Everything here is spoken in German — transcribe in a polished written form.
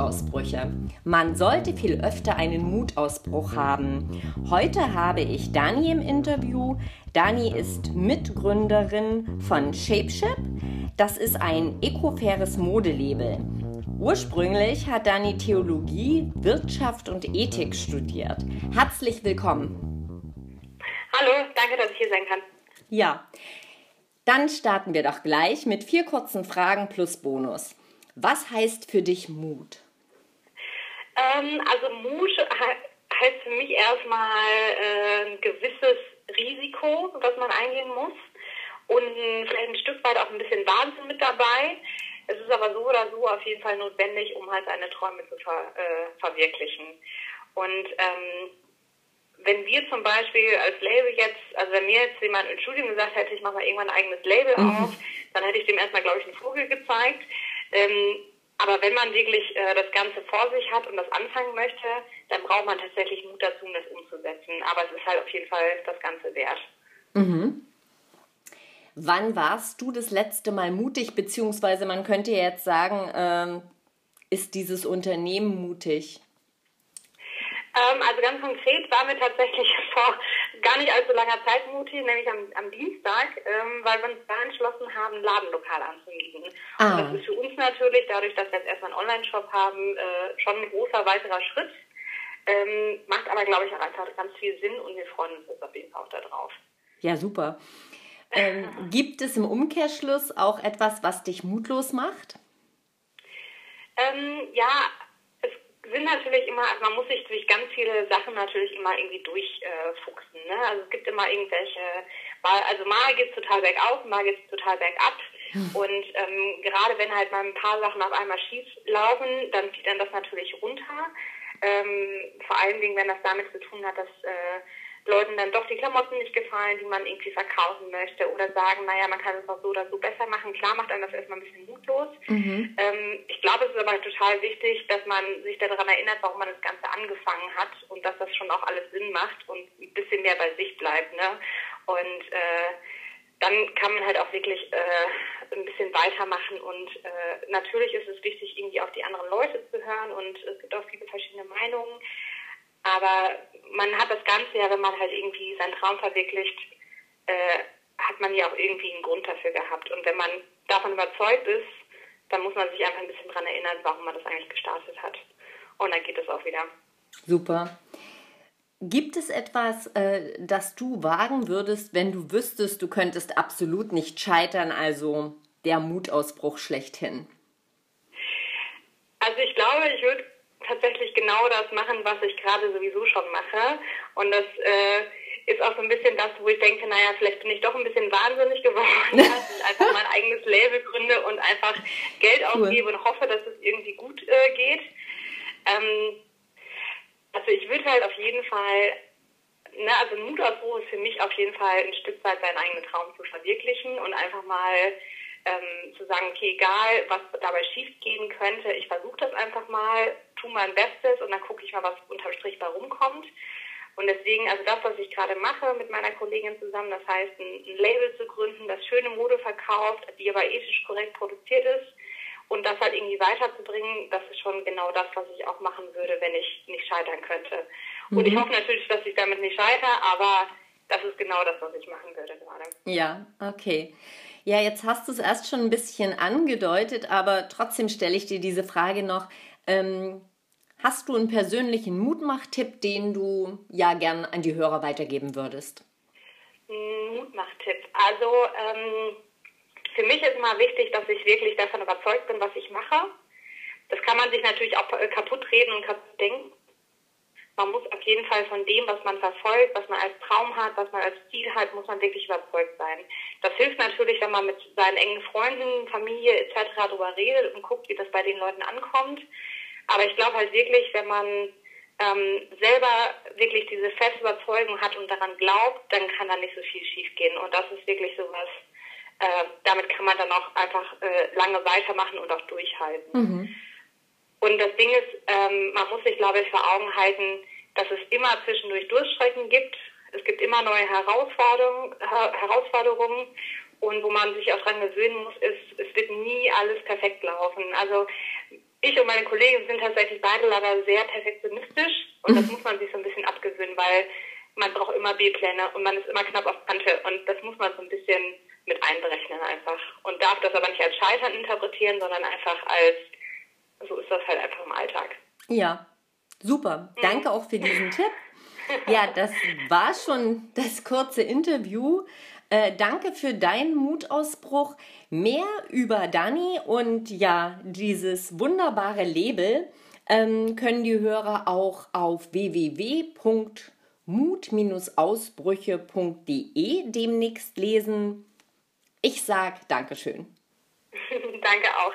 Mutausbrüche. Man sollte viel öfter einen Mutausbruch haben. Heute habe ich Dani im Interview. Dani ist Mitgründerin von Shapeship. Das ist ein ecofaires Modelabel. Ursprünglich hat Dani Theologie, Wirtschaft und Ethik studiert. Herzlich willkommen. Hallo, danke, dass ich hier sein kann. Ja, dann starten wir doch gleich mit 4 kurzen Fragen plus Bonus. Was heißt für dich Mut? Also Mut heißt für mich erstmal ein gewisses Risiko, was man eingehen muss und vielleicht ein Stück weit auch ein bisschen Wahnsinn mit dabei. Es ist aber so oder so auf jeden Fall notwendig, um halt seine Träume zu verwirklichen. Und wenn wir zum Beispiel als Label also wenn mir jetzt jemand im Studium gesagt hätte, ich mache mal irgendwann ein eigenes Label auf, dann hätte ich dem erstmal, glaube ich, einen Vogel gezeigt. Aber wenn man wirklich das Ganze vor sich hat und das anfangen möchte, dann braucht man tatsächlich Mut dazu, um das umzusetzen. Aber es ist halt auf jeden Fall das Ganze wert. Mhm. Wann warst du das letzte Mal mutig, beziehungsweise man könnte jetzt sagen, ist dieses Unternehmen mutig? Also ganz konkret waren wir tatsächlich vor gar nicht allzu langer Zeit mutig, nämlich am Dienstag, weil wir uns da entschlossen haben, ein Ladenlokal anzumieten. Und das ist für uns natürlich, dadurch, dass wir jetzt erstmal einen Online-Shop haben, schon ein großer weiterer Schritt. Macht aber, glaube ich, auch einfach ganz viel Sinn und wir freuen uns jetzt auf jeden Fall auch darauf. Ja, super. Gibt es im Umkehrschluss auch etwas, was dich mutlos macht? Ja, sind natürlich immer, also man muss sich durch ganz viele Sachen natürlich immer irgendwie durchfuchsen. Ne? Also es gibt immer irgendwelche, mal geht es total bergauf, mal geht es total bergab. Und gerade wenn halt mal ein paar Sachen auf einmal schief laufen, dann zieht dann das natürlich runter. Vor allen Dingen, wenn das damit zu tun hat, dass Leuten dann doch die Klamotten nicht gefallen, die man irgendwie verkaufen möchte oder sagen, naja, man kann es auch so oder so besser machen. Klar macht einem das erstmal ein bisschen mutlos. Ich glaube, es ist aber total wichtig, dass man sich daran erinnert, warum man das Ganze angefangen hat und dass das schon auch alles Sinn macht und ein bisschen mehr bei sich bleibt. Ne? Und dann kann man halt auch wirklich ein bisschen weitermachen und natürlich ist es wichtig, irgendwie auf die anderen Leute zu hören und es gibt auch viele verschiedene Meinungen. Aber man hat das Ganze ja, wenn man halt irgendwie seinen Traum verwirklicht, hat man ja auch irgendwie einen Grund dafür gehabt. Und wenn man davon überzeugt ist, dann muss man sich einfach ein bisschen daran erinnern, warum man das eigentlich gestartet hat. Und dann geht es auch wieder. Super. Gibt es etwas, das du wagen würdest, wenn du wüsstest, du könntest absolut nicht scheitern, also der Mutausbruch schlechthin? Also ich glaube, ich würde tatsächlich genau das machen, was ich gerade sowieso schon mache. Und das ist auch so ein bisschen das, wo ich denke, naja, vielleicht bin ich doch ein bisschen wahnsinnig geworden, dass ich einfach mein eigenes Label gründe und einfach Geld ausgebe und hoffe, dass es irgendwie gut geht. Also ich würde halt auf jeden Fall, also ein Mutausbruch ist für mich auf jeden Fall ein Stück weit seinen eigenen Traum zu verwirklichen und einfach mal zu sagen, okay, egal, was dabei schief gehen könnte, ich versuche das einfach mal, tue mein Bestes und dann gucke ich mal, was unterm Strich bei rumkommt. Und deswegen, also das, was ich gerade mache mit meiner Kollegin zusammen, das heißt, ein Label zu gründen, das schöne Mode verkauft, die aber ethisch korrekt produziert ist und das halt irgendwie weiterzubringen, das ist schon genau das, was ich auch machen würde, wenn ich nicht scheitern könnte. Und ich hoffe natürlich, dass ich damit nicht scheitere, aber das ist genau das, was ich machen würde gerade. Ja, okay. Ja, jetzt hast du es erst schon ein bisschen angedeutet, aber trotzdem stelle ich dir diese Frage noch. Hast du einen persönlichen Mutmach-Tipp, den du ja gern an die Hörer weitergeben würdest? Mutmach-Tipp. Also für mich ist immer wichtig, dass ich wirklich davon überzeugt bin, was ich mache. Das kann man sich natürlich auch kaputt reden und kaputt denken. Man muss auf jeden Fall von dem, was man verfolgt, was man als Traum hat, was man als Ziel hat, muss man wirklich überzeugt sein. Das hilft natürlich, wenn man mit seinen engen Freunden, Familie etc. darüber redet und guckt, wie das bei den Leuten ankommt. Aber ich glaube halt wirklich, wenn man selber wirklich diese feste Überzeugung hat und daran glaubt, dann kann da nicht so viel schief gehen. Und das ist wirklich sowas, damit kann man dann auch einfach lange weitermachen und auch durchhalten. Und das Ding ist, man muss sich, glaube ich, vor Augen halten, dass es immer zwischendurch Durststrecken gibt. Es gibt immer neue Herausforderungen und wo man sich auch dran gewöhnen muss, ist, es wird nie alles perfekt laufen. Also ich und meine Kollegen sind tatsächlich beide leider sehr perfektionistisch und das muss man sich so ein bisschen abgewöhnen, weil man braucht immer B-Pläne und man ist immer knapp auf Kante und das muss man so ein bisschen mit einberechnen einfach und darf das aber nicht als Scheitern interpretieren, sondern einfach als, so ist das halt einfach im Alltag. Ja, super. Danke auch für diesen Tipp. Ja, das war schon das kurze Interview. Danke für deinen Mutausbruch. Mehr über Dani und ja, dieses wunderbare Label können die Hörer auch auf www.mut-ausbrüche.de demnächst lesen. Ich sag Dankeschön. Danke auch.